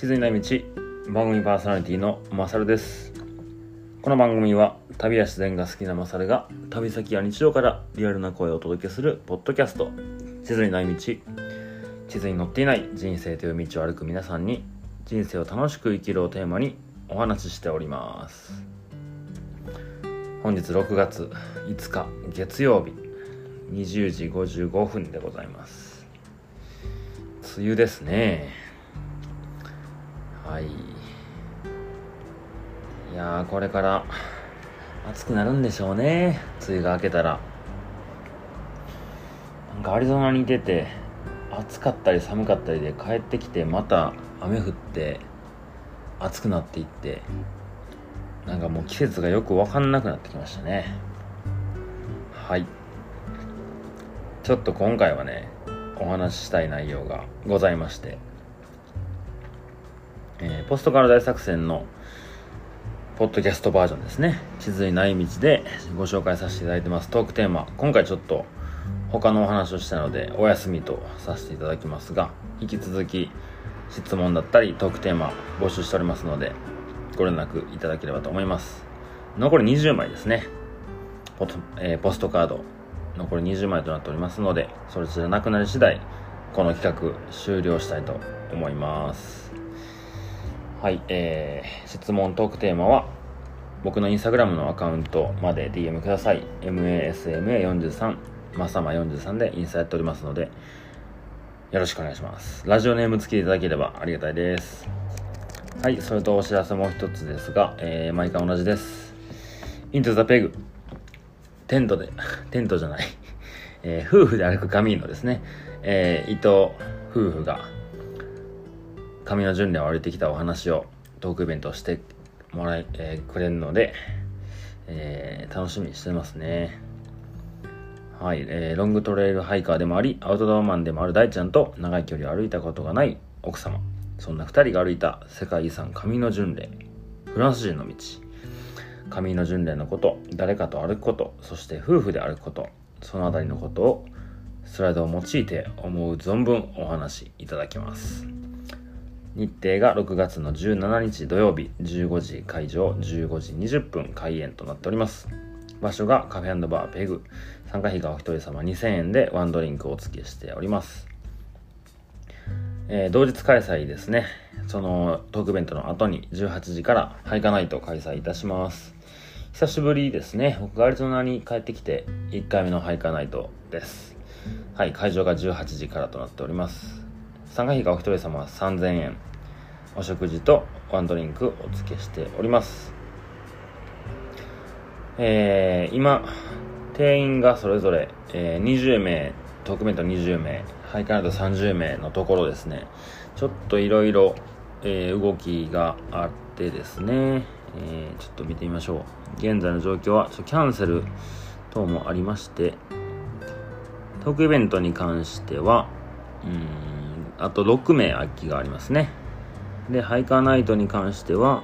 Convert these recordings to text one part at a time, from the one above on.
地図にない道、番組パーソナリティのマサルです。この番組は旅や自然が好きなマサルが旅先や日常からリアルな声をお届けするポッドキャスト、地図にない道。地図に載っていない人生という道を歩く皆さんに人生を楽しく生きるをテーマにお話ししております。本日6月5日月曜日20時55分でございます。梅雨ですね。はい。いやー、これから暑くなるんでしょうね。梅雨が明けたら。なんかアリゾナにいてて暑かったり寒かったりで帰ってきてまた雨降って暑くなっていって、なんかもう季節がよく分かんなくなってきましたね。はい。ちょっと今回はね、お話ししたい内容がございまして、ポストカード大作戦のポッドキャストバージョンですね。地図にない道でご紹介させていただいてますトークテーマ。今回ちょっと他のお話をしたのでお休みとさせていただきますが、引き続き質問だったりトークテーマ募集しておりますのでご連絡いただければと思います。残り20枚ですね。ポストカード残り20枚となっておりますので、そちらなくなり次第この企画終了したいと思います。はい、質問トークテーマは僕のインスタグラムのアカウントまで DM ください。 MASMA43 まさま43でインスタやっておりますのでよろしくお願いします。ラジオネーム付きでいただければありがたいです。はい、それとお知らせもう一つですが、毎回同じです。イントゥザペグテントじゃない、夫婦で歩くカミーノですね。伊藤夫婦が神の巡礼を歩いてきたお話をトークイベントしてもらくれるので、楽しみにしてますね。はい、ロングトレイルハイカーでもありアウトドアマンでもある大ちゃんと長い距離を歩いたことがない奥様、そんな2人が歩いた世界遺産神の巡礼、フランス人の道、神の巡礼のこと、誰かと歩くこと、そして夫婦で歩くこと、そのあたりのことをスライドを用いて思う存分お話いただきます。日程が6月の17日土曜日15時会場、15時20分開演となっております。場所がカフェ&バーペグ、参加費がお一人様2000円でワンドリンクをお付けしております。同日開催ですね。そのトークイベントの後に18時からハイカナイトを開催いたします。久しぶりですね。僕がアリゾナに帰ってきて1回目のハイカナイトです。はい、会場が18時からとなっております。参加費がお一人様3000円、お食事とワンドリンクお付けしております。今定員がそれぞれ、20名トークイベント20名ハイカナイト30名のところですね、ちょっといろいろ動きがあってですね、ちょっと見てみましょう。現在の状況はキャンセル等もありまして、トークイベントに関してはあと6名空きがありますね。でハイカーナイトに関しては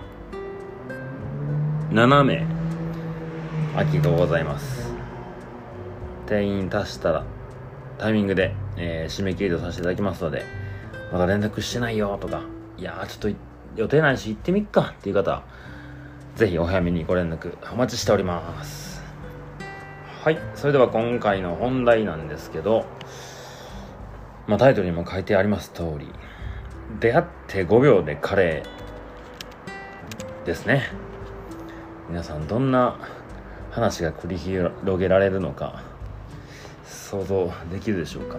7名空きがございます。定員足したらタイミングで、締め切りとさせていただきますので、まだ連絡してないよとか、いやちょっと予定ないし行ってみっかっていう方、ぜひお早めにご連絡お待ちしております。はい、それでは今回の本題なんですけど、タイトルにも書いてあります通り、出会って5秒でカレーですね。皆さんどんな話が繰り広げられるのか想像できるでしょうか。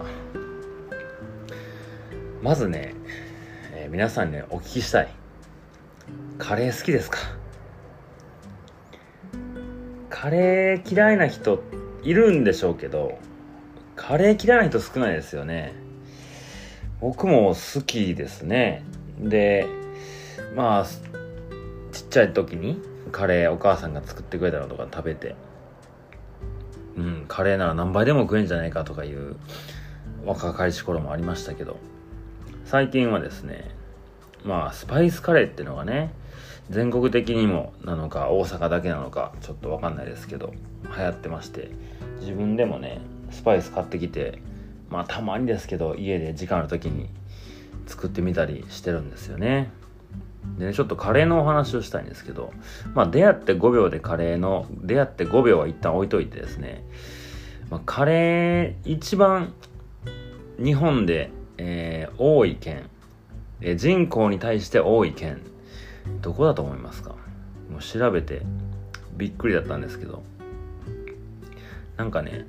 まずね、皆さんにお聞きしたい。カレー好きですか？カレー嫌いな人いるんでしょうけど、カレー嫌いな人少ないですよね。僕も好きですね。で、ちっちゃい時にカレーお母さんが作ってくれたのとか食べて、カレーなら何倍でも食えんじゃないかとかいう若かりし頃もありましたけど、最近はですね、スパイスカレーっていうのがね、全国的にもなのか大阪だけなのかちょっと分かんないですけど流行ってまして、自分でもねスパイス買ってきて、たまにですけど家で時間ある時に作ってみたりしてるんですよね。 でね、ちょっとカレーのお話をしたいんですけど、出会って5秒で出会って5秒は一旦置いといてですね、カレー一番日本で、多い県、人口に対して多い県、どこだと思いますか？もう調べてびっくりだったんですけど、なんかね、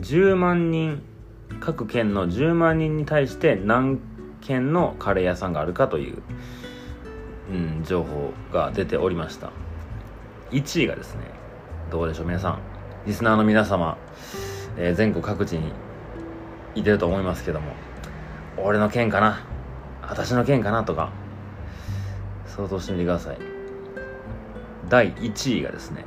各県の10万人に対して何軒のカレー屋さんがあるかという、情報が出ておりました。1位がですね、どうでしょう皆さん、リスナーの皆様、全国各地にいてると思いますけども、俺の県かな、私の県かなとか想像してみてください。第1位がですね、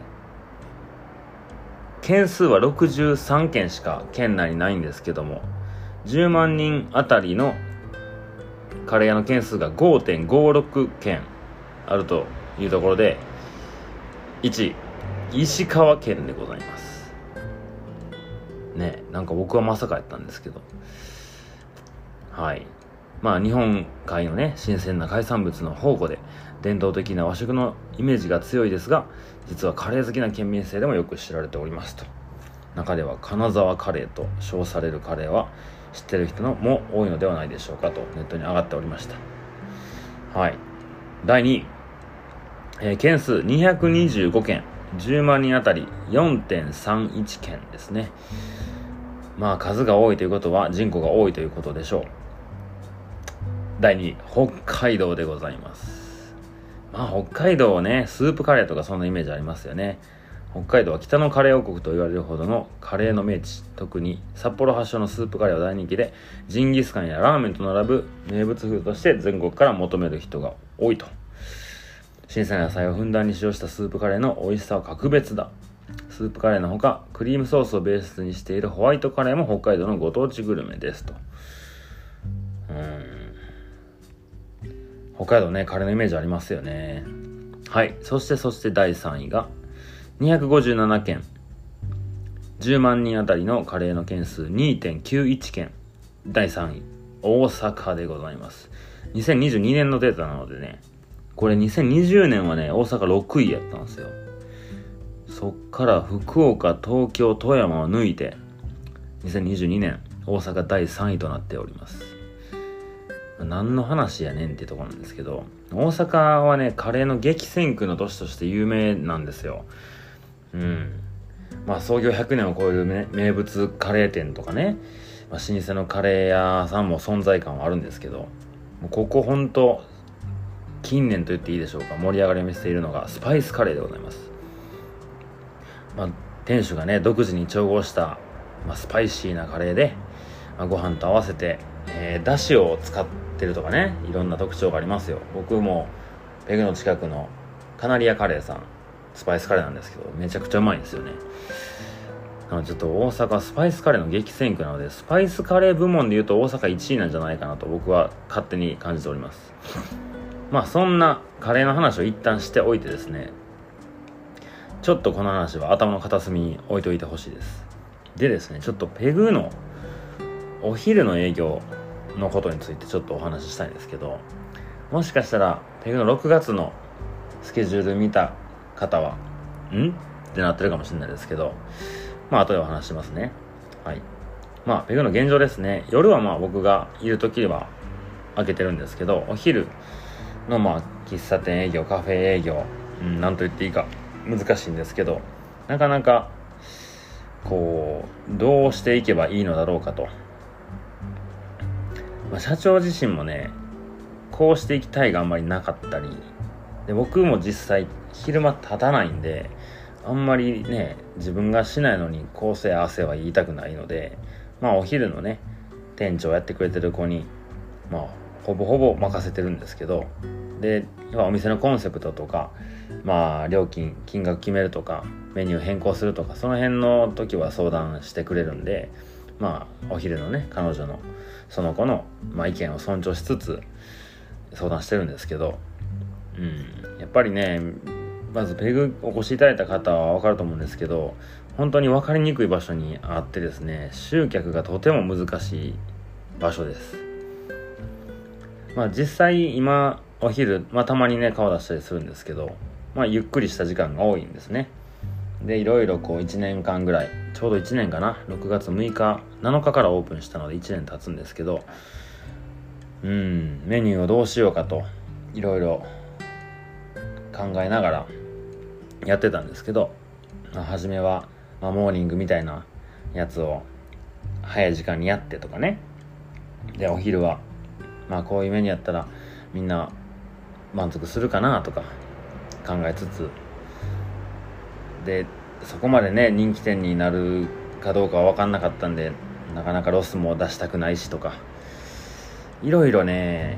県数は63県しか県内にないんですけども、10万人あたりのカレー屋の件数が 5.56 件あるというところで、1位石川県でございますね。なんか僕はまさかやったんですけど、はい、日本海のね、新鮮な海産物の宝庫で伝統的な和食のイメージが強いですが、実はカレー好きな県民性でもよく知られておりますと。中では金沢カレーと称されるカレーは知ってる人のも多いのではないでしょうかとネットに上がっておりました。はい。第2位、件数225件、10万人あたり 4.31 件ですね。数が多いということは人口が多いということでしょう。第2位、北海道でございます。北海道はね、スープカレーとかそんなイメージありますよね。北海道は北のカレー王国と言われるほどのカレーの名地、特に札幌発祥のスープカレーは大人気で、ジンギスカンやラーメンと並ぶ名物フードとして全国から求める人が多いと。新鮮な野菜をふんだんに使用したスープカレーの美味しさは格別だ。スープカレーのほか、クリームソースをベースにしているホワイトカレーも北海道のご当地グルメですと。北海道ね、カレーのイメージありますよね。はい。そして第3位が257件、10万人あたりのカレーの件数 2.91 件。第3位大阪でございます。2022年のデータなのでね、これ2020年はね、大阪6位やったんですよ。そっから福岡、東京、富山を抜いて2022年大阪第3位となっております。何の話やねんっていうところなんですけど、大阪はね、カレーの激戦区の都市として有名なんですよ。創業100年を超える、名物カレー店とかね、老舗のカレー屋さんも存在感はあるんですけど、もうここほんと近年と言っていいでしょうか、盛り上がりを見せているのがスパイスカレーでございます。店主がね、独自に調合した、スパイシーなカレーで、ご飯と合わせて、だしを使ってるとかね、いろんな特徴がありますよ。僕もペグの近くのカナリアカレーさん、スパイスカレーなんですけど、めちゃくちゃうまいんですよね。ちょっと大阪スパイスカレーの激戦区なので、スパイスカレー部門でいうと大阪1位なんじゃないかなと僕は勝手に感じております。そんなカレーの話を一旦しておいてですね、ちょっとこの話は頭の片隅に置いといてほしいです。でですね、ちょっとペグのお昼の営業のことについてちょっとお話ししたいんですけど、もしかしたらペグの6月のスケジュール見た方はってなってるかもしれないですけど、後でお話しますね。はい。ペグの現状ですね。夜は僕がいる時は開けてるんですけど、お昼の喫茶店営業、カフェ営業、なんと言っていいか難しいんですけど、なかなかどうしていけばいいのだろうかと。社長自身もね、こうしていきたいがあんまりなかったりで、僕も実際昼間立たないんで、あんまりね、自分がしないのにこうせああせは言いたくないので、お昼のね、店長やってくれてる子にほぼほぼ任せてるんですけど、でお店のコンセプトとか、金額決めるとかメニュー変更するとか、その辺の時は相談してくれるんで、お昼のね、彼女のその子の、意見を尊重しつつ相談してるんですけど、やっぱりね、まずペグお越しいただいた方は分かると思うんですけど、本当に分かりにくい場所にあってですね、集客がとても難しい場所です。実際今お昼、たまにね顔出したりするんですけど、ゆっくりした時間が多いんですね。でいろいろ1年間ぐらい、ちょうど1年かな、6月6日7日からオープンしたので1年経つんですけど、メニューをどうしようかといろいろ考えながらやってたんですけど、初めは、モーニングみたいなやつを早い時間にやってとかね。でお昼はこういうメニューやったらみんな満足するかなとか考えつつ、でそこまでね人気店になるかどうかは分かんなかったんで、なかなかロスも出したくないしとか、いろいろね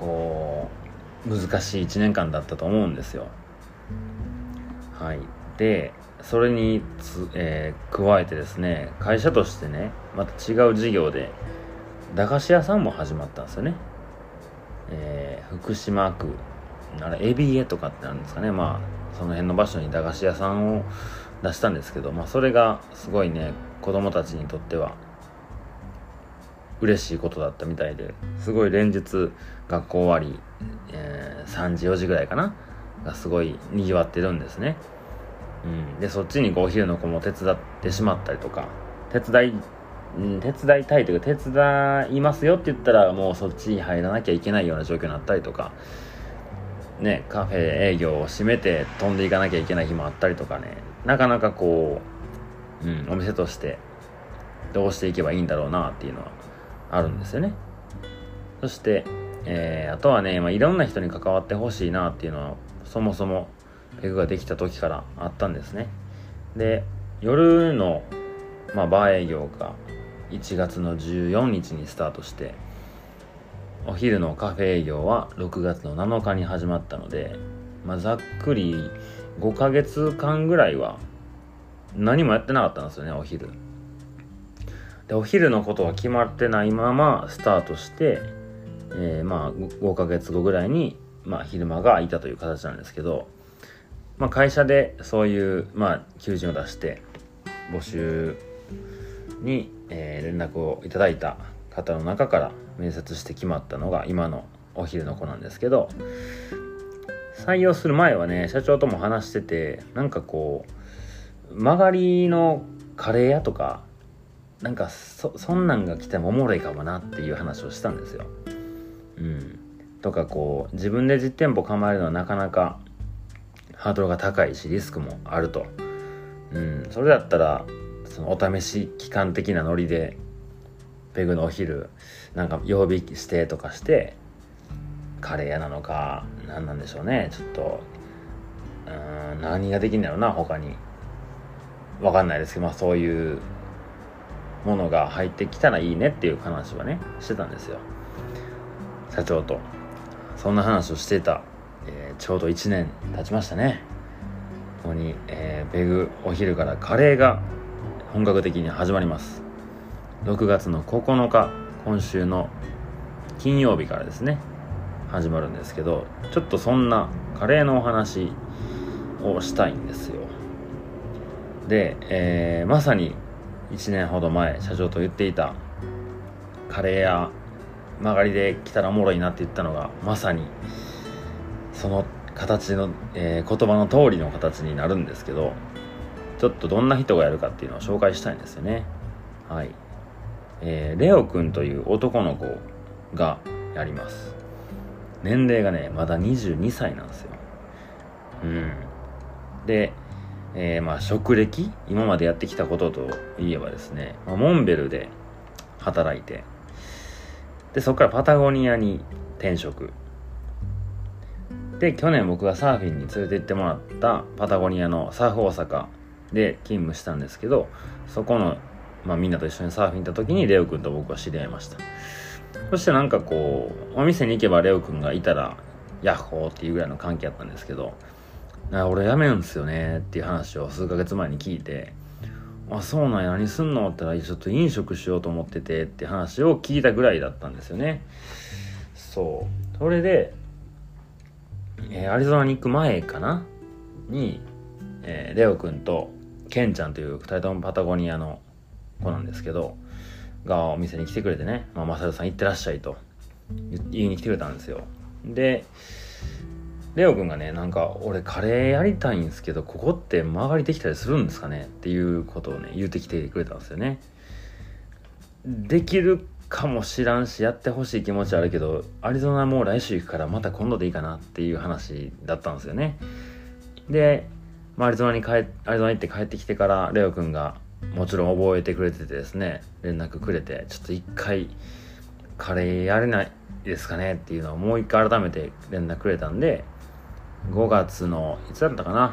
難しい1年間だったと思うんですよ。はい。でそれに加えてですね、会社としてねまた違う事業で駄菓子屋さんも始まったんですよね。福島区エビエとかってあるんですかね、その辺の場所に駄菓子屋さんを出したんですけど、それがすごいね子供たちにとっては嬉しいことだったみたいで、すごい連日学校終わり、3時4時ぐらいかながすごい賑わってるんですね。でそっちにお昼の子も手伝ってしまったりとか、手伝いたいというか手伝いますよって言ったらもうそっちに入らなきゃいけないような状況になったりとかね、カフェ営業を閉めて飛んでいかなきゃいけない日もあったりとかね、なかなかお店としてどうしていけばいいんだろうなっていうのはあるんですよね。そして、あとはね、いろんな人に関わってほしいなっていうのはそもそもペグができた時からあったんですね。で夜の、バー営業が1月の14日にスタートして、お昼のカフェ営業は6月の7日に始まったので、ざっくり5ヶ月間ぐらいは何もやってなかったんですよね、お昼で。お昼のことは決まってないままスタートして、5ヶ月後ぐらいに、昼間が空いたという形なんですけど、会社でそういう、求人を出して募集に、連絡をいただいた方の中から面接して決まったのが今のお昼の子なんですけど、採用する前はね社長とも話してて、曲がりのカレー屋とかそんなんが来てもおもろいかもなっていう話をしたんですよ。とか自分で実店舗構えるのはなかなかハードルが高いしリスクもあると。それだったらそのお試し期間的なノリでペグのお昼曜日してとかしてカレー屋なのか何なんでしょうね、ちょっと何ができんだろうな、他に分かんないですけど、そういうものが入ってきたらいいねっていう話はねしてたんですよ、社長と。そんな話をしていた、ちょうど1年経ちましたね。ここに、ペグお昼からカレーが本格的に始まります。6月の9日、今週の金曜日からですね始まるんですけど、ちょっとそんなカレーのお話をしたいんですよ。で、まさに1年ほど前社長と言っていたカレー屋曲がりで来たらおもろいなって言ったのがまさにその形の、言葉の通りの形になるんですけど、ちょっとどんな人がやるかっていうのを紹介したいんですよね。はい。レオくんという男の子がやります。年齢がねまだ22歳なんですよ。で、職歴今までやってきたことといえばですね、モンベルで働いて、でそこからパタゴニアに転職で、去年僕がサーフィンに連れて行ってもらったパタゴニアのサーフ大阪で勤務したんですけど、そこのみんなと一緒にサーフィン行った時にレオくんと僕は知り合いました。そしてお店に行けばレオくんがいたらヤッホーっていうぐらいの関係だったんですけど、俺辞めるんですよねっていう話を数ヶ月前に聞いて、そうなんや、何すんのって言ったら、ちょっと飲食しようと思っててって話を聞いたぐらいだったんですよね。それで、アリゾナに行く前かなに、レオくんとケンちゃんという2人ともパタゴニアの子なんですけどがお店に来てくれてね、マサルさん行ってらっしゃいと言いに来てくれたんですよ。でレオくんがね、なんか俺カレーやりたいんですけど、ここって曲がりできたりするんですかねっていうことをね言ってきてくれたんですよね。できるかもしらんし、やってほしい気持ちはあるけど、アリゾナもう来週行くからまた今度でいいかなっていう話だったんですよね。で、アリゾナ行って帰ってきてからレオくんがもちろん覚えてくれててですね、連絡くれて、ちょっと一回カレーやれないですかねっていうのをもう一回改めて連絡くれたんで、5月のいつだったかな、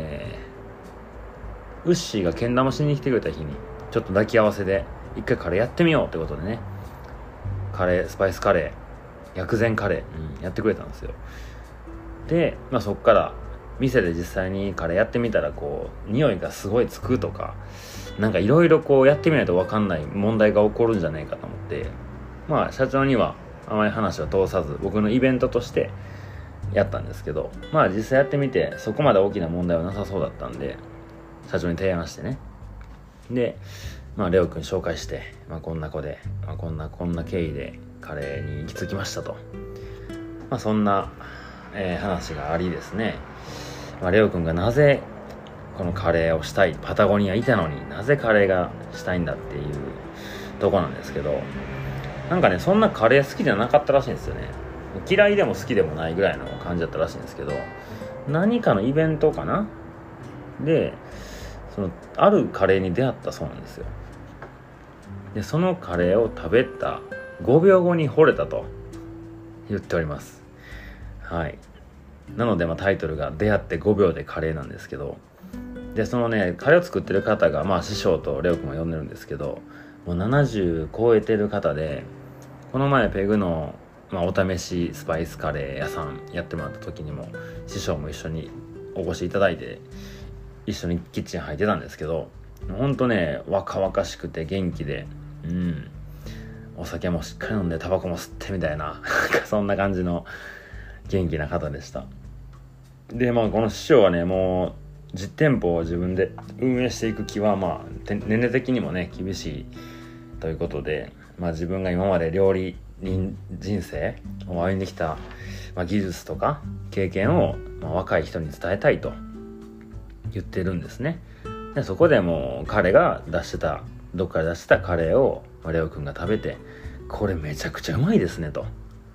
ウッシーがけん玉しに来てくれた日にちょっと抱き合わせで一回カレーやってみようってことでね、スパイスカレー、薬膳カレー、やってくれたんですよ。で、そっから店で実際にカレーやってみたら、こう匂いがすごいつくとか、なんかいろいろこうやってみないと分かんない問題が起こるんじゃないかと思って、社長にはあまり話を通さず僕のイベントとしてやったんですけど、実際やってみてそこまで大きな問題はなさそうだったんで、社長に提案してね、でレオくん紹介して、こんな子で、こんな経緯でカレーに行き着きましたと、そんな、話がありですね、レオくんがなぜこのカレーをしたい、パタゴニアいたのになぜカレーがしたいんだっていうとこなんですけど、なんかね、そんなカレー好きじゃなかったらしいんですよね。嫌いでも好きでもないぐらいの感じだったらしいんですけど、何かのイベントかなで、あるカレーに出会ったそうなんですよ。でそのカレーを食べた5秒後に惚れたと言っております。はい。なのでタイトルが出会って5秒でカレーなんですけど、でそのねカレーを作ってる方が師匠とレオ君が呼んでるんですけど、もう70超えてる方で、この前ペグの、お試しスパイスカレー屋さんやってもらった時にも師匠も一緒にお越しいただいて一緒にキッチン入ってたんですけど、ほんとね若々しくて元気で、お酒もしっかり飲んでタバコも吸ってみたいなそんな感じの元気な方でした。でこの師匠はね、もう実店舗を自分で運営していく気は年齢的にもね厳しいということで、自分が今まで料理人人生を歩んできた、技術とか経験を、若い人に伝えたいと言ってるんですね。でそこでもう彼がどっかで出したカレーをレオくんが食べて、これめちゃくちゃうまいですねと、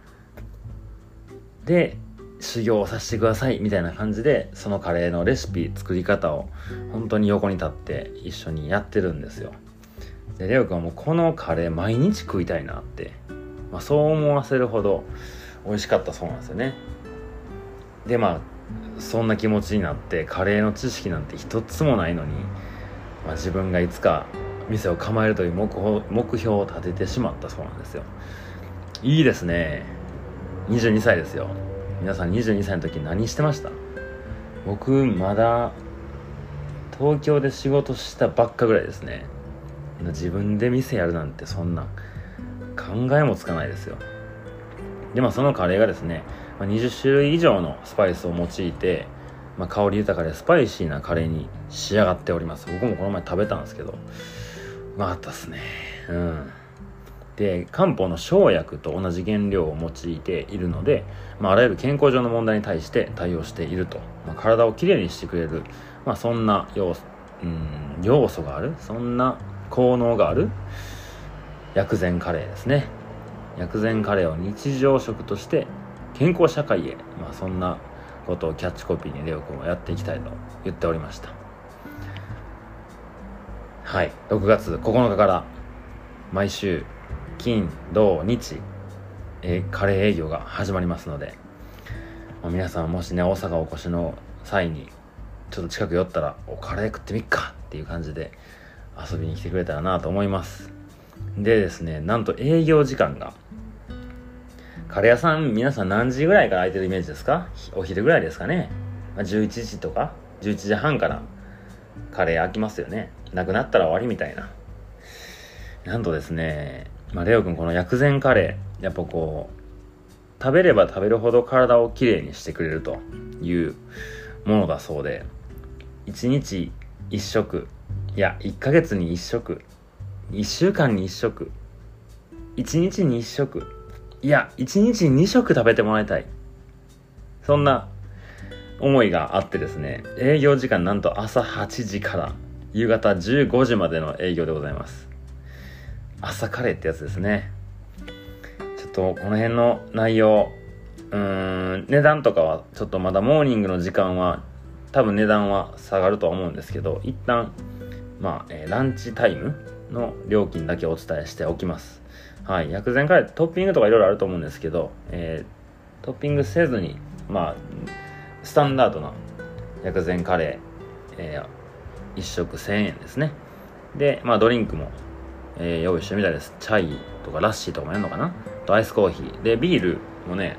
で修行をさせてくださいみたいな感じで、そのカレーのレシピ作り方を本当に横に立って一緒にやってるんですよ。でレオくんはもうこのカレー毎日食いたいなって、そう思わせるほど美味しかったそうなんですよね。でそんな気持ちになって、カレーの知識なんて一つもないのに、自分がいつか店を構えるという目標を立ててしまったそうなんですよ。いいですね。22歳ですよ。皆さん22歳の時何してました？僕まだ東京で仕事したばっかぐらいですね。自分で店やるなんてそんな考えもつかないですよ。でそのカレーがですね、20種類以上のスパイスを用いて、香り豊かでスパイシーなカレーに仕上がっております。僕もこの前食べたんですけど、うまかったっすね。で漢方の生薬と同じ原料を用いているので、あらゆる健康上の問題に対して対応していると、体をきれいにしてくれる、そんな要素がある、そんな効能がある薬膳カレーですね。薬膳カレーを日常食として健康社会へ、そんなことをキャッチコピーにレオ君はやっていきたいと言っておりました。はい、6月9日から毎週金土日、カレー営業が始まりますので、皆さんもしね大阪お越しの際にちょっと近く寄ったらカレー食ってみっかっていう感じで遊びに来てくれたらなと思います。でですね、なんと営業時間が、カレー屋さん皆さん何時ぐらいから空いてるイメージですか？お昼ぐらいですかね。11時とか11時半からカレー開きますよね。なくなったら終わりみたいな。なんとですね、レオ君この薬膳カレー、やっぱこう食べれば食べるほど体をきれいにしてくれるというものだそうで、1日1食、いや1ヶ月に1食、1週間に1食、1日に1食、いや1日に2食食べてもらいたい。 そんな思いがあってですね、営業時間なんと朝8時から夕方15時までの営業でございます。朝カレーってやつですね。ちょっとこの辺の内容、値段とかはちょっとまだモーニングの時間は多分値段は下がるとは思うんですけど、一旦ランチタイムの料金だけお伝えしておきます。はい、薬膳カレートッピングとかいろいろあると思うんですけど、トッピングせずにスタンダードな薬膳カレー、1食1000円ですね。で、ドリンクも、用意してみたいです。チャイとかラッシーとかもやるのかな、とアイスコーヒーで、ビールもね、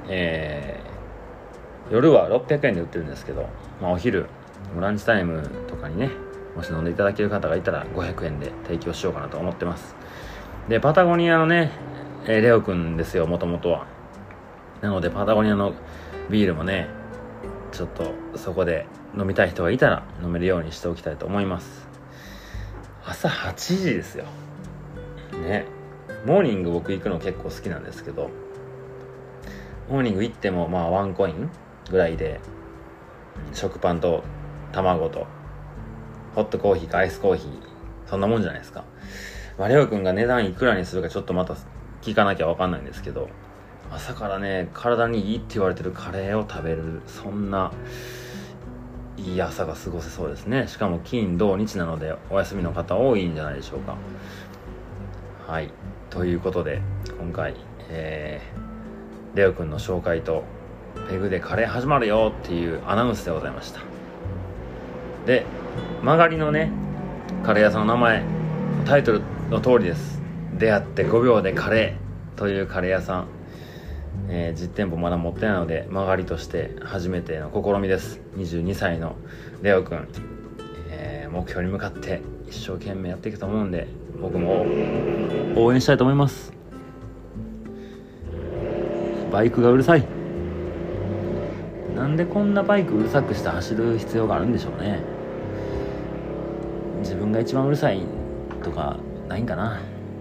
夜は600円で売ってるんですけど、お昼ランチタイムとかにね、もし飲んでいただける方がいたら500円で提供しようかなと思ってます。で、パタゴニアのね、レオくんですよ、もともとは。なのでパタゴニアのビールもね、ちょっとそこで飲みたい人がいたら飲めるようにしておきたいと思います。朝8時ですよね。モーニング僕行くの結構好きなんですけど、モーニング行ってもワンコインぐらいで食パンと卵とホットコーヒーかアイスコーヒー、そんなもんじゃないですか。レオくんが値段いくらにするかちょっとまた聞かなきゃ分かんないんですけど、朝からね、体にいいって言われてるカレーを食べる、そんないい朝が過ごせそうですね。しかも金土日なのでお休みの方多いんじゃないでしょうか。はい、ということで今回、レオくんの紹介とペグでカレー始まるよっていうアナウンスでございました。で、曲がりのねカレー屋さんの名前、タイトルの通りです。出会って5秒でカレーというカレー屋さん、実店舗まだ持ってないので曲がりとして初めての試みです。22歳のレオくん、目標に向かって一生懸命やっていくと思うんで、僕も応援したいと思います。バイクがうるさい。なんでこんなバイクうるさくして走る必要があるんでしょうね。自分が一番うるさいとかないんかな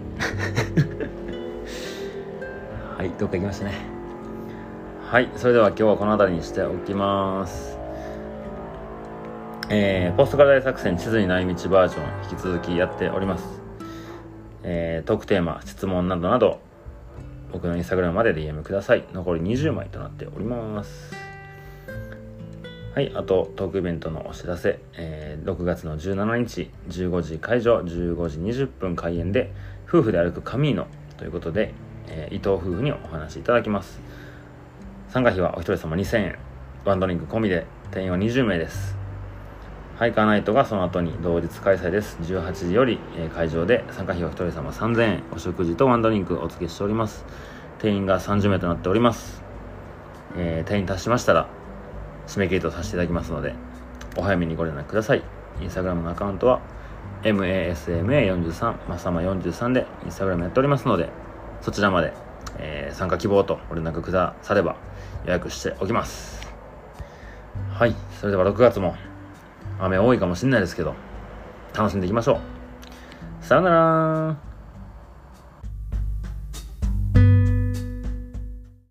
はい、どっか行きましたね。はい、それでは今日はこの辺りにしておきます。ポスト課題作戦地図にない道バージョン引き続きやっております。トークテーマ、質問などなど僕のインスタグラムまで DM ください。残り20枚となっております。はい、あとトークイベントのお知らせ、6月の17日15時会場、15時20分開演で夫婦で歩くカミーノということで、伊藤夫婦にお話しいただきます。参加費はお一人様2000円、ワンドリンク込みで定員は20名です。ハイカーナイトがその後に同日開催です。18時より、会場で参加費はお一人様3000円、お食事とワンドリンクお付けしております。定員が30名となっております。定員達しましたら締め切りとさせていただきますので、お早めにご連絡ください。インスタグラムのアカウントは MASMA43 まさま43でインスタグラムやっておりますので、そちらまで、参加希望とご連絡くだされば予約しておきます。はい、それでは6月も雨多いかもしれないですけど楽しんでいきましょう。さよなら。